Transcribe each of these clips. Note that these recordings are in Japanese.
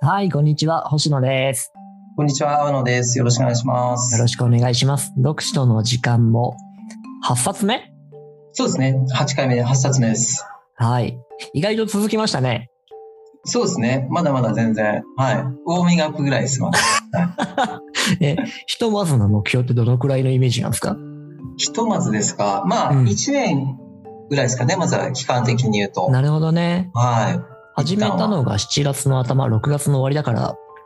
はい、こんにちは。星野です。 こんにちは、阿野です。よろしくお願いします。 よろしくお願いします。読書の時間も8冊目？ そうですね。8回目で8冊目です。 はい。意外と続きましたね。 そうですね。まだまだ全然。はい。ウォーミングアップぐらいです。まだ。 ひとまずの目標ってどのくらいのイメージなんですか？ ひとまずですか。まあ、1年ぐらいですかね。まずは期間的に言うと。 なるほどね。 はい。 始めたのが7月の頭、6月の終わりだから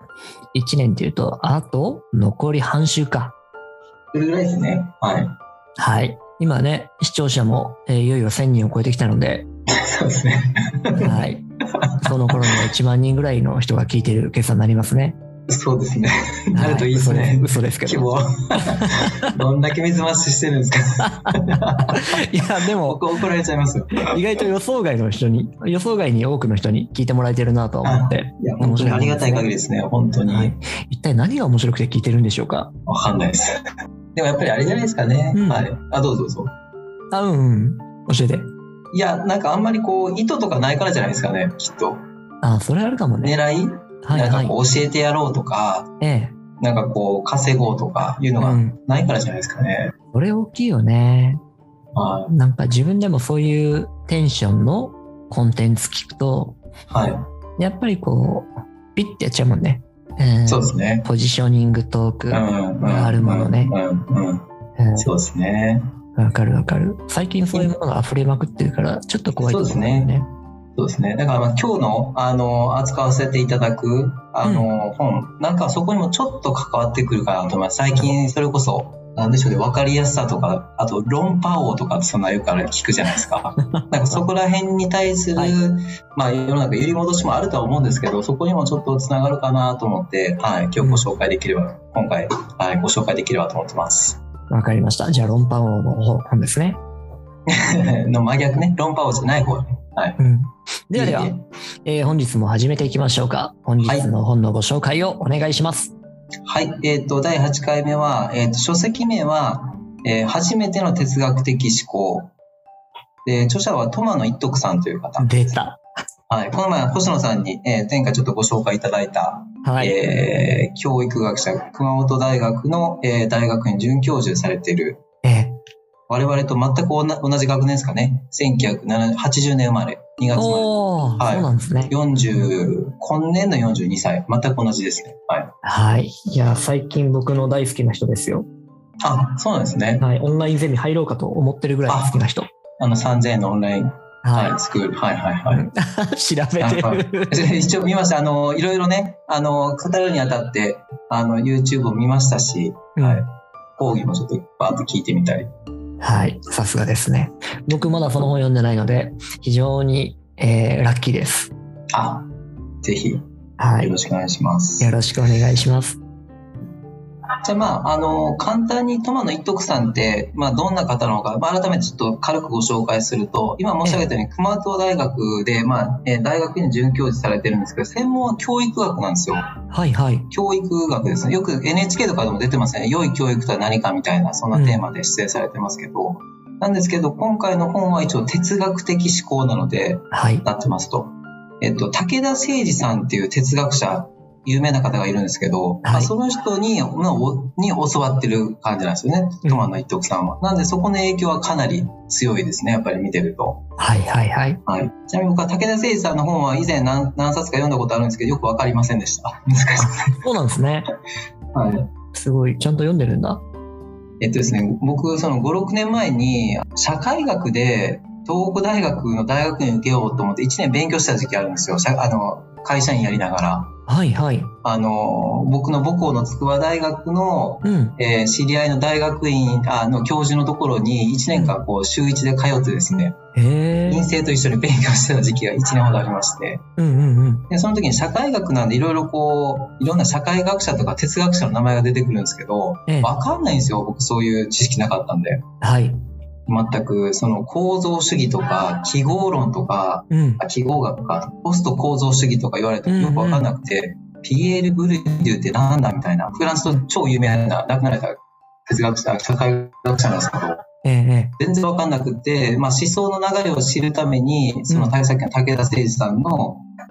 、1年っていうと、あと残り半週か。 それぐらいですね。はい。 はい。今ね、視聴者も、いよいよ1000人を超えてきたので、 そうですね。 はい。その頃の1万人ぐらいの人が聞いてる計算になりますね。 そうですね。なるといいですね。 嘘ですけど。 どんだけ水増ししてるんですか。 いや、でも、 怒られちゃいますよ。 意外と予想外に多くの人に聞いてもらえてるなと思って。 いや、本当にありがたい限りですね、本当に。はい、 一体何が面白くて聞いてるんでしょうか？ わかんないです。でもやっぱりあれじゃないですかね。はい。どうぞどうぞ。 教えて。 いや、なんかあんまりこう、意図とかないからじゃないですかね、きっと。 それあるかもね。 狙い、なんかこう教えてやろうとか、なんかこう稼ごうとかいうのがないからじゃないですかね。 それ大きいよね。なんか自分でもそういうテンションのコンテンツ聞くと、やっぱりこう、ピッてやっちゃうもんね。 そうですね。 ポジショニングトークがあるものね。 そうですね。 わかる。最近そういうものが溢れまくってるから、ちょっと怖いところだよね。 そうですね。だから今日の扱わせていただく本なんかそこにもちょっと関わってくるかなと思います。最近それこそなんでしょうね、分かりやすさとか、あと論破王とかそんなよく聞くじゃないですか。なんかそこら辺に対する、まあ世の中揺り戻しもあるとは思うんですけど、そこにもちょっとつながるかなと思って、今日ご紹介できれば、今回、ご紹介できればと思ってます。 わかりました。じゃあ論破王の本ですね。 の真逆ね。論破王じゃない方ね。はい。 では、本日も始めていきましょうか。本日の本のご紹介をお願いします。 はい。第8回目は、書籍名は、初めての哲学的思考。著者は苫野一徳さんという方。 出た。 はい。この前、星野さんに、前回ちょっとご紹介いただいた、教育学者、熊本大学の、大学院准教授されている、我々と全く同じ学年ですかね。1980年生まれ、2月生まれ。 そうなんですね。 今年の42歳。全く同じですね。 はい。いや、最近僕の大好きな人ですよ。 そうなんですね。 はい。オンラインゼミ入ろうかと思ってるぐらい好きな人。 3000円のオンライン。スクール。 調べてる。 一応見ました。いろいろね、語るにあたって、YouTube を見ましたし、講義もちょっとバーッと聞いてみたり。 はい。さすがですね。僕まだその本読んでないので、非常に、ラッキーです。 ぜひ、よろしくお願いします。 よろしくお願いします。 じゃあ簡単に苫野一徳さんって、どんな方なのか、改めてちょっと軽くご紹介すると、今申し上げたように熊本大学で、大学院准教授されてるんですけど、専門は教育学なんですよ。教育学ですね。よく NHK とかでも出てますね。良い教育とは何かみたいな、そんなテーマで出演されてますけど、なんですけど、今回の本は一応哲学的思考なので、なってますと。武田誠司さんっていう哲学者、有名な方がいるんですけど、その人に教わってる感じなんですよね、苫野一徳さんは。なんでそこの影響はかなり強いですね、やっぱり見てると。ちなみに僕は武田誠司さんの本は以前何冊か読んだことあるんですけど、よくわかりませんでした。難しい。 そうなんですね。すごい、ちゃんと読んでるんだ。 ですね、僕、その5、6年前に、社会学で、東北大学の大学院受けようと思って1年勉強した時期あるんですよ。会社員やりながら。僕の母校の筑波大学の、知り合いの大学院の教授のところに1年間週1で通ってですね、院生と一緒に勉強してた時期が1年ほどありまして、でその時に社会学なんでいろんな社会学者とか哲学者の名前が出てくるんですけど、わかんないんですよ。僕そういう知識なかったんで。全くその構造主義とか記号論とか、記号学かポスト構造主義とか言われてもよく分かんなくて、ピエール・ブルデュってなんだみたいな、フランスの超有名な亡くなられた哲学者、社会学者なんですけど、全然分かんなくて、思想の流れを知るためにそのさっきの武田誠司さんの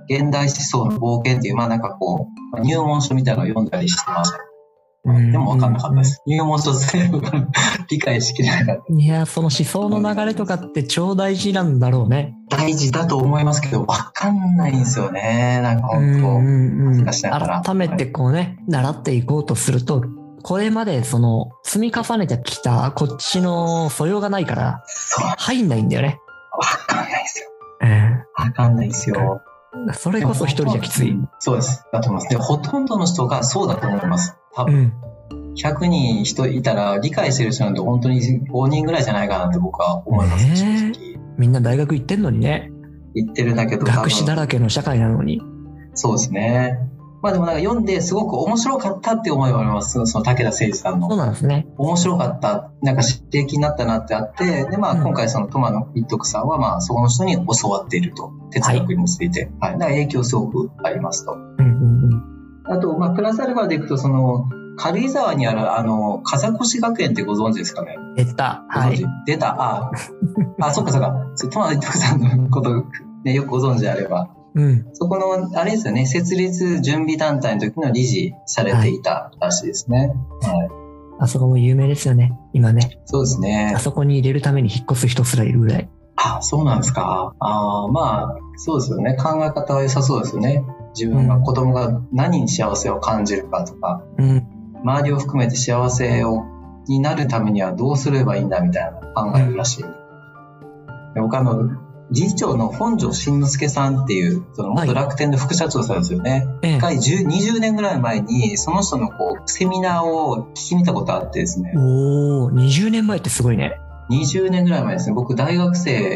現代思想の冒険っていう、まあなんかこう、入門書みたいなのを読んだりしてました。でも分かんなかったです。入門書全部理解しきれなかった。 いや、その思想の流れとかって超大事なんだろうね。 大事だと思いますけど、分かんないんですよね。なんか本当、 改めてこうね、習っていこうとすると、これまでその積み重ねてきたこっちの素養がないから、入んないんだよね。 分かんないですよ。分かんないですよ。 それこそ一人じゃきつい。 そうです。だと思います。で、ほとんどの人がそうだと思います。多分。100人人いたら理解してる人なんて本当に5人ぐらいじゃないかなって僕は思います。 みんな大学行ってんのにね。 行ってるんだけど。 学士だらけの社会なのに。 そうですね。まあでもなんか読んですごく面白かったって思いはあります。その武田誠司さんの。 そうなんですね。 面白かった。なんか刺激になったなってあって、でまあ今回そのトマの一徳さんはまあそこの人に教わっていると。哲学にもついて。はい。だから影響すごくありますと。あと、まあプラスアルファでいくとその、軽井沢にある風越学園ってご存知ですかね。 出た。はい。 出た。そっかそっか。トマの一徳さんのこと、ね、よくご存知であれば。そこの、あれですよね、設立準備団体の時の理事されていたらしいですね。はい。 あそこも有名ですよね、今ね。 そうですね。 あそこに入れるために引っ越す人すらいるぐらい。 そうなんですか。まあ、そうですよね。考え方は良さそうですよね。自分が子供が何に幸せを感じるかとか、周りを含めて幸せになるためにはどうすればいいんだみたいな考えるらしい。僕理事長の本庄慎之介さんっていう、その元楽天の副社長さんですよね。20年ぐらい前に、その人のセミナーを聞き見たことあってですね。 20年前ってすごいね。 20年ぐらい前ですね。僕大学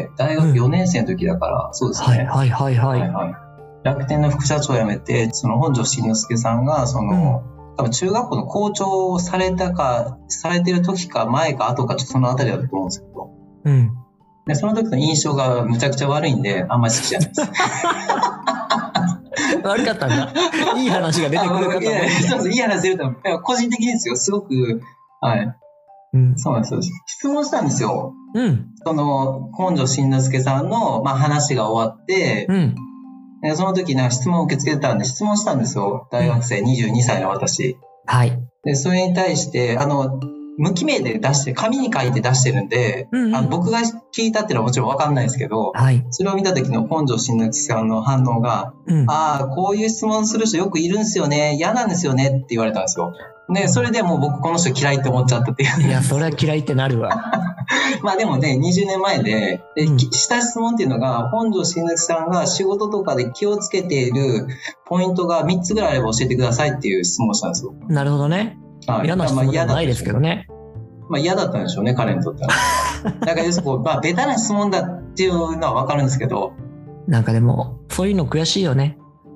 4年生の時だから、そうですね。楽天の副社長を辞めて、その本庄慎之介さんが、多分中学校の校長をされてる時か前か後か、そのあたりだと思うんですけど。でその時の印象がむちゃくちゃ悪いんで、あんまり好きじゃないです。 悪かったんだ。いい話が出てくるかと思って。 いい話出ると思う。個人的ですよ。すごく、はい。そうなんですよ。質問したんですよ。その、本庄慎之介さんの、話が終わって、その時質問を受け付けてたんで質問したんですよ。大学生22歳の私。 はい。 で、それに対して、無記名で出して、紙に書いて出してるんで、僕が聞いたっていうのはもちろんわかんないですけど、それを見た時の本庄慎之介さんの反応が、こういう質問する人よくいるんですよね、嫌なんですよねって言われたんですよ。で、それでもう僕この人嫌いって思っちゃったっていう。 いや、それは嫌いってなるわ。 まあでもね、20年前で、した質問っていうのが、本庄慎之介さんが仕事とかで気をつけているポイントが3つぐらいあれば教えてくださいっていう質問をしたんですよ。 なるほどね。嫌な質問じゃないですけどね。 嫌だったんでしょうね、彼にとっては。だからベタな質問だっていうのは分かるんですけど。 なんかでも、そういうの悔しいよね。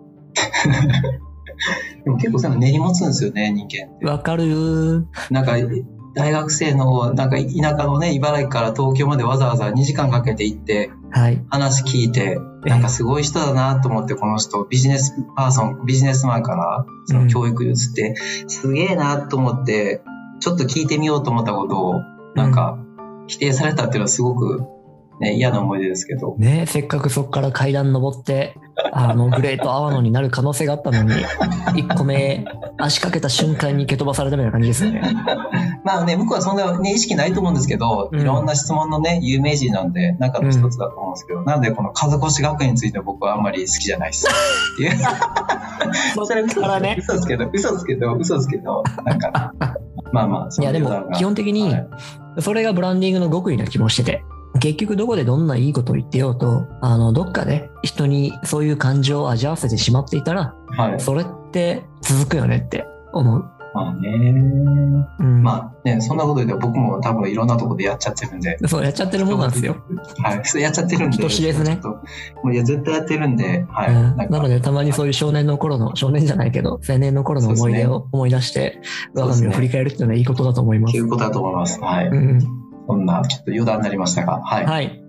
でも結構そういうの根に持つんですよね、人間って。 分かる。 なんか、大学生の、なんか田舎のね、茨城から東京までわざわざ2時間かけて行って、話聞いて、なんかすごい人だなと思って、この人、ビジネスマンから、その教育に移って、すげえなと思って、ちょっと聞いてみようと思ったことを、なんか、否定されたっていうのはすごく、ね、嫌な思い出ですけど。 ね、せっかくそこから階段登って、グレートアワノになる可能性があったのに、1個目、足かけた瞬間に蹴飛ばされたみたいな感じですよね。 まあね、僕はそんなね、意識ないと思うんですけど、いろんな質問のね、有名人なんで、中の一つだと思うんですけど、なのでこの風越学園については僕はあんまり好きじゃないです。っていう。それ嘘ですけど、なんか、まあ、 いやでも、基本的に、それがブランディングの極意な気もしてて、結局どこでどんないいことを言ってようと、どっかで人にそういう感情を味わわせてしまっていたら、それって続くよねって思う。 まあね、まあね、そんなこと言うと僕も多分いろんなところでやっちゃってるんで。 そう、やっちゃってるもんなんですよ。 はい、やっちゃってるんで。 人知れずね。 いや、絶対やってるんで、はい。 なので、たまにそういう少年じゃないけど、青年の頃の思い出を思い出して、我が身を振り返るっていうのはいいことだと思います。 いいことだと思います。はい。そんな、ちょっと余談になりましたが、はい。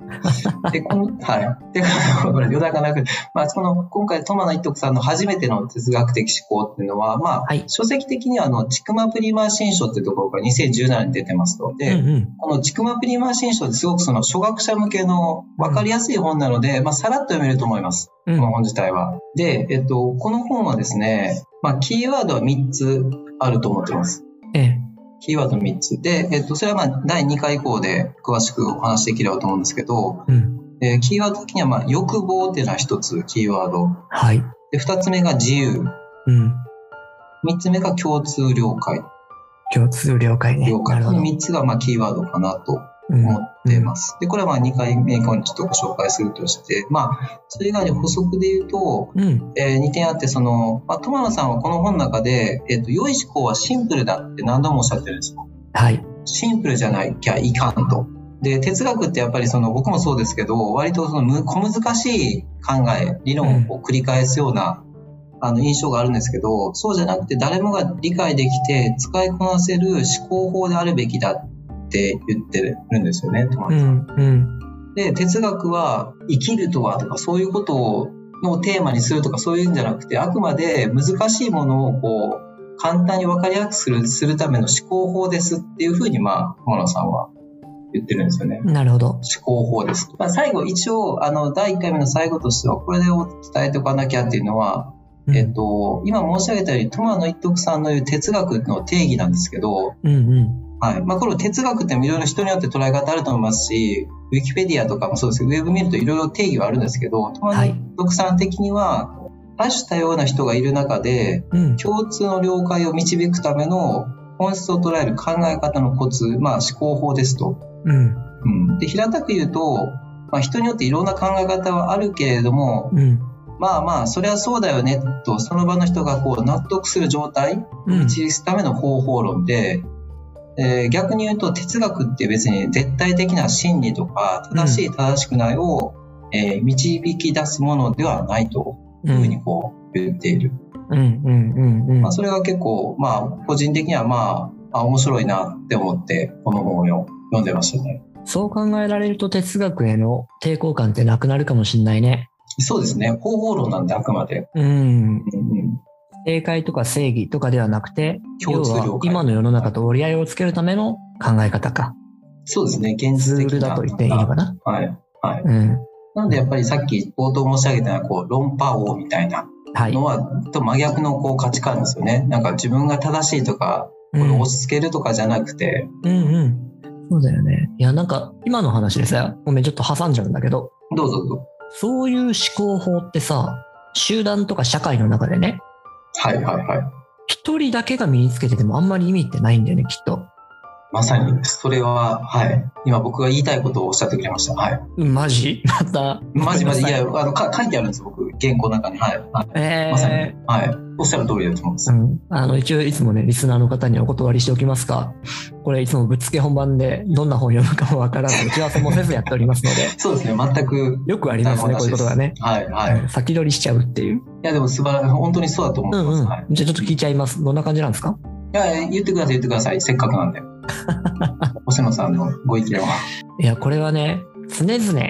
で、はい。で、これ余談がなく、今回、トマノ一徳さんの初めての哲学的思考っていうのは、はい、書籍的には、チクマプリマー新書っていうところが2017年に出てますので、このチクマプリマー新書ってすごく初学者向けの分かりやすい本なので、さらっと読めると思います。この本自体は。で、この本はですね、キーワードは3つあると思ってます。キーワード3つ。で、それは第2回以降で詳しくお話できればと思うんですけど、キーワード的には欲望っていうのは1つキーワード。 はい。 で、2つ目が自由。3つ目が共通了解。 共通了解ね。 了解。この3つがキーワードかなと思っています。で、これは2回目以降にちょっとご紹介するとして、それ以外に補足で言うと、2点あって、トマノさんはこの本の中で、良い思考はシンプルだって何度もおっしゃってるんですよ。 はい。 シンプルじゃなきゃいかんと。で、哲学ってやっぱり僕もそうですけど、割と小難しい考え、理論を繰り返すような、印象があるんですけど、そうじゃなくて誰もが理解できて使いこなせる思考法であるべきだって言ってるんですよね、トマノさん。で、哲学は生きるとはとかそういうことのテーマにするとかそういうんじゃなくて、あくまで難しいものを簡単に分かりやすくするための思考法ですっていうふうにトマノさんは言ってるんですよね。 なるほど。 思考法です。最後一応第1回目の最後としてはこれを伝えておかなきゃっていうのは、今申し上げたようにトマノ一徳さんの言う哲学の定義なんですけど、はい。これ哲学っていろいろ人によって捉え方あると思いますし、ウィキペディアとかもそうですけど、ウェブ見るといろいろ定義はあるんですけど、トマノ一徳さん的には、多種多様な人がいる中で、共通の了解を導くための本質を捉える考え方のコツ、思考法ですと。で、平たく言うと、人によっていろんな考え方はあるけれども、それはそうだよねと、その場の人が納得する状態を導くための方法論で、逆に言うと哲学って別に絶対的な真理とか正しい正しくないを、導き出すものではないというふうに言っている。それが結構個人的には面白いなって思ってこの本を読んでましたね。 そう考えられると哲学への抵抗感ってなくなるかもしれないね。 そうですね。方法論なんであくまで。 正解とか正義とかではなくて、要は今の世の中と折り合いをつけるための考え方か。 そうですね。現実的な。 ツールだと言っていいのかな。 はい。なのでやっぱりさっき冒頭申し上げたような論破王みたいなのは、と真逆の価値観ですよね。なんか自分が正しいとか、これを押し付けるとかじゃなくて。 そうだよね。いや、なんか今の話でさ、ごめんちょっと挟んじゃうんだけど。 どうぞ。 そういう思考法ってさ、集団とか社会の中でね。一人だけが身につけててもあんまり意味ってないんだよね、きっと。 まさに、それは、今僕が言いたいことをおっしゃってくれました。 マジまた。 マジ。いや、書いてあるんですよ、僕、原稿の中に。まさに。おっしゃる通りだと思います。 一応いつもね、リスナーの方にお断りしておきますが、これいつもぶっつけ本番でどんな本を読むかもわからず、打ち合わせもせずやっておりますので。 そうですね、全く。 よくありますね、こういうことがね。先取りしちゃうっていう。 いや、でも本当にそうだと思います。 じゃあちょっと聞いちゃいます。どんな感じなんですか？ いや、言ってください。せっかくなんで。星野さんのご意見は。 いや、これはね、常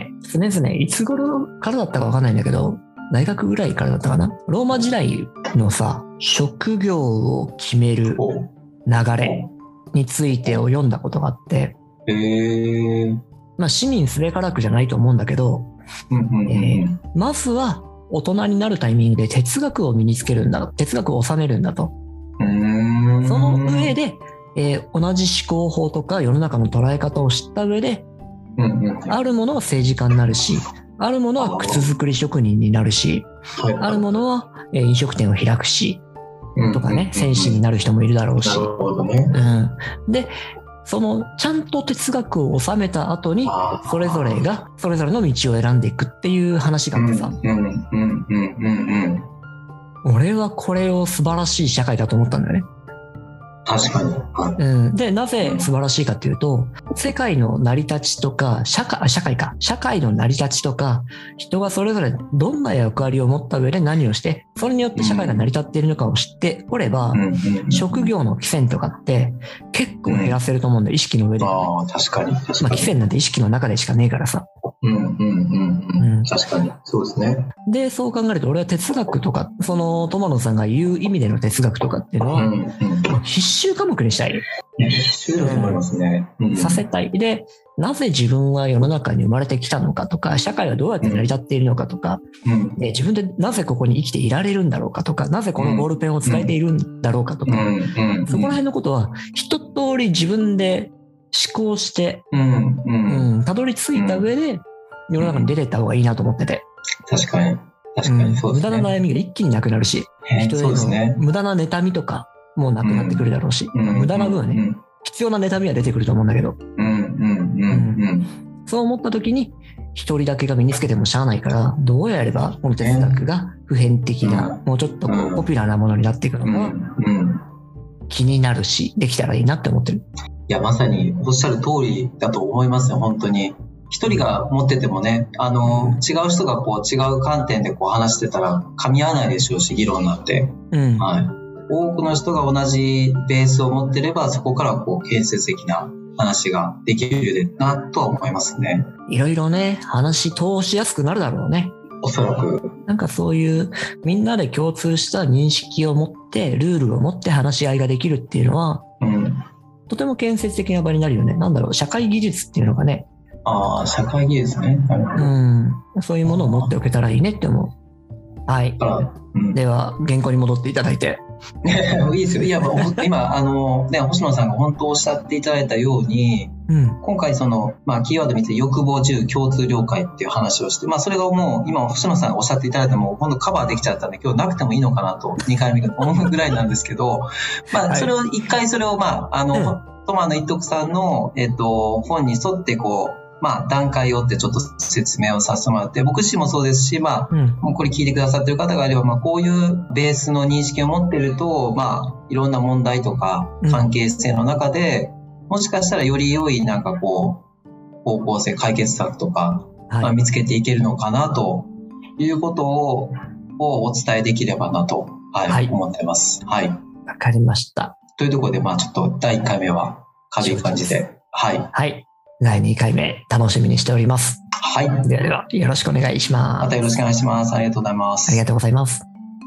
々、いつ頃からだったかわかんないんだけど、大学ぐらいからだったかな。ローマ時代のさ、職業を決める流れについてを読んだことがあって、市民すべからくじゃないと思うんだけど、まずは大人になるタイミングで哲学を身につけるんだ、哲学を収めるんだと。その上で、同じ思考法とか世の中の捉え方を知った上で、あるものは政治家になるし、あるものは靴作り職人になるし、あるものは飲食店を開くし、とかね、戦士になる人もいるだろうし。で、ちゃんと哲学を収めた後に、それぞれがそれぞれの道を選んでいくっていう話があってさ。俺はこれを素晴らしい社会だと思ったんだよね。 確かに。で、なぜ素晴らしいかっていうと、世界の成り立ちとか、社会の成り立ちとか、人がそれぞれどんな役割を持った上で何をして、それによって社会が成り立っているのかを知っておれば、職業の寄遷とかって結構減らせると思うんだよ、意識の上で。 確かに。 寄遷なんて意識の中でしかねえからさ。 確かに。そうですね。 で、そう考えると、俺は哲学とか、その、友野さんが言う意味での哲学とかっていうのは、必修科目にしたい。 必修だと思いますね。 させたい。で、なぜ自分は世の中に生まれてきたのかとか、社会はどうやって成り立っているのかとか、自分でなぜここに生きていられるんだろうかとか、なぜこのボールペンを使えているんだろうかとか、そこら辺のことは、一通り自分で思考して、たどり着いた上で、世の中に出ていった方がいいなと思ってて。 確かに。確かにそうですね。 無駄な悩みが一気になくなるし、人への無駄な妬みとかもなくなってくるだろうし、無駄な分はね、必要な妬みは出てくると思うんだけど、そう思った時に、一人だけが身につけてもしゃあないから、どうやればこの哲学が普遍的な、もうちょっとポピュラーなものになっていくのか、気になるし、できたらいいなって思ってる。 いや、まさにおっしゃる通りだと思いますよ、本当に。一人が持っててもね、違う人がこう違う観点でこう話してたら噛み合わないでしょうし、議論になって。多くの人が同じベースを持ってれば、そこからこう建設的な話ができるなとは思いますね。 いろいろね、話通しやすくなるだろうね。 おそらく。 なんかそういうみんなで共通した認識を持って、ルールを持って話し合いができるっていうのは、とても建設的な場になるよね。なんだろう、社会技術っていうのがね。 社会技術ね。 そういうものを持っておけたらいいねって思う。はい。では、原稿に戻っていただいて。 いいですよ。いや、今、星野さんが本当おっしゃっていただいたように、今回キーワード見て欲望、自由、共通了解っていう話をして、それがもう、今、星野さんがおっしゃっていただいても、今度カバーできちゃったんで、今日なくてもいいのかなと、2回目が思うぐらいなんですけど、それを、一回それを、トマの一徳さんの、本に沿って、段階をってちょっと説明をさせてもらって、僕自身もそうですし、もうこれ聞いてくださってる方がいれば、こういうベースの認識を持ってると、いろんな問題とか関係性の中で、もしかしたらより良い方向性、解決策とか、見つけていけるのかなということをお伝えできればなと、思ってます。わかりました。 というところで、ちょっと第1回目は軽い感じで。 第2回目楽しみにしております。ではよろしくお願いします。 またよろしくお願いします。ありがとうございます。 ありがとうございます。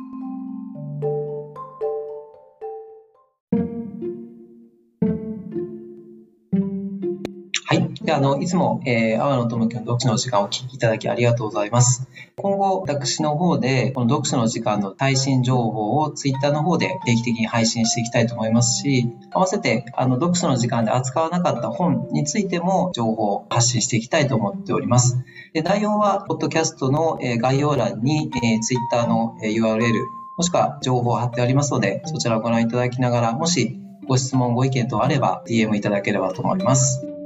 いつも、阿波野智樹の読書の時間をお聞きいただきありがとうございます。今後、私の方で、この読書の時間の最新情報をツイッターの方で定期的に配信していきたいと思いますし、合わせて、読書の時間で扱わなかった本についても情報を発信していきたいと思っております。で、内容は、ポッドキャストの概要欄に、ツイッターの URL、もしくは情報を貼ってありますので、そちらをご覧いただきながら、もしご質問、ご意見等あれば DM いただければと思います。